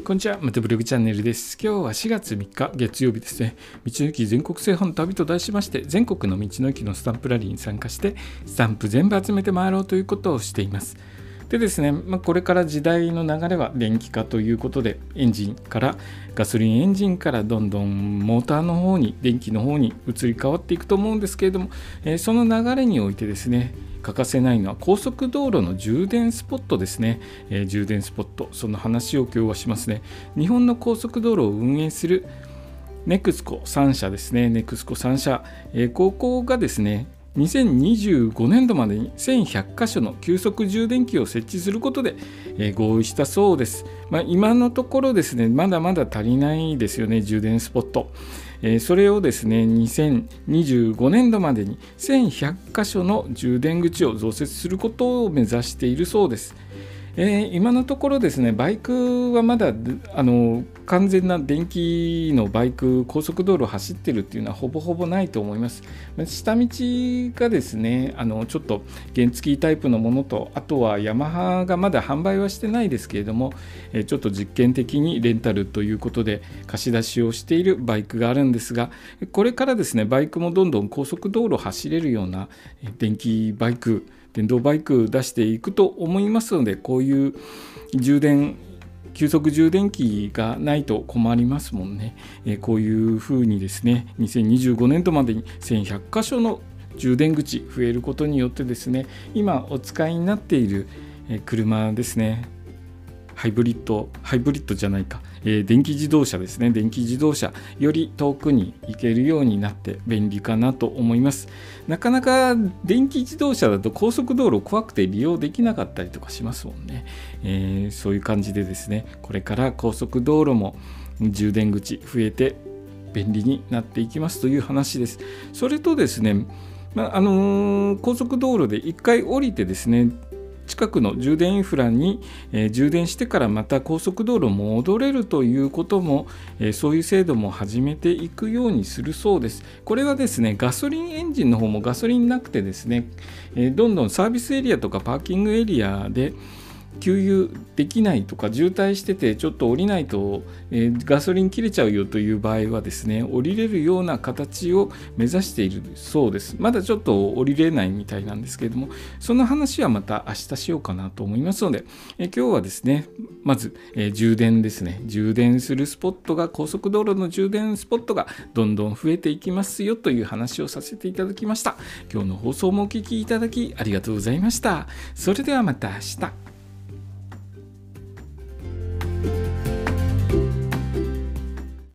こんにちは、またブログチャンネルです。今日は4月3日月曜日ですね。道の駅全国制覇の旅と題しまして、全国の道の駅のスタンプラリーに参加して、スタンプ全部集めて回ろうということをしています。でですね、これから時代の流れは電気化ということで、ガソリンエンジンからどんどんモーターの方に、電気の方に移り変わっていくと思うんですけれども、その流れにおいてですね、欠かせないのは高速道路の充電スポットですね。充電スポット、その話を今日はしますね。日本の高速道路を運営するネクスコ3社ですね。ネクスコ3社、ここがですね、2025年度までに1100カ所の急速充電器を設置することで、合意したそうです。今のところですね、まだまだ足りないですよね、充電スポット。それをですね、2025年度までに1100カ所の充電口を増設することを目指しているそうです。今のところですね、バイクはまだ完全な電気のバイク、高速道路を走ってるっていうのはほぼほぼないと思います。下道がですね、ちょっと原付タイプのものと、あとはヤマハがまだ販売はしてないですけれども、ちょっと実験的にレンタルということで貸し出しをしているバイクがあるんですが、これからですね、バイクもどんどん高速道路を走れるような電気バイク、電動バイク出していくと思いますので、こういう急速充電器がないと困りますもんね。こういうふうにですね、2025年度までに1100カ所の充電口増えることによってですね、今お使いになっている車ですね、ハイブリッドじゃないか、電気自動車ですね。電気自動車より遠くに行けるようになって便利かなと思います。なかなか電気自動車だと高速道路怖くて利用できなかったりとかしますもんね。そういう感じでですね、これから高速道路も充電口増えて便利になっていきますという話です。それとですね、高速道路で1回降りてですね、近くの充電インフラに、充電してからまた高速道路戻れるということも、そういう制度も始めていくようにするそうです。これはですね、ガソリンエンジンの方もガソリンなくてですね、どんどんサービスエリアとかパーキングエリアで給油できないとか、渋滞しててちょっと降りないと、ガソリン切れちゃうよという場合はですね、降りれるような形を目指しているそうです。まだちょっと降りれないみたいなんですけれども、その話はまた明日しようかなと思いますので、今日はですね、まず、充電ですね。充電するスポットが、高速道路の充電スポットがどんどん増えていきますよという話をさせていただきました。今日の放送もお聞きいただきありがとうございました。それではまた明日。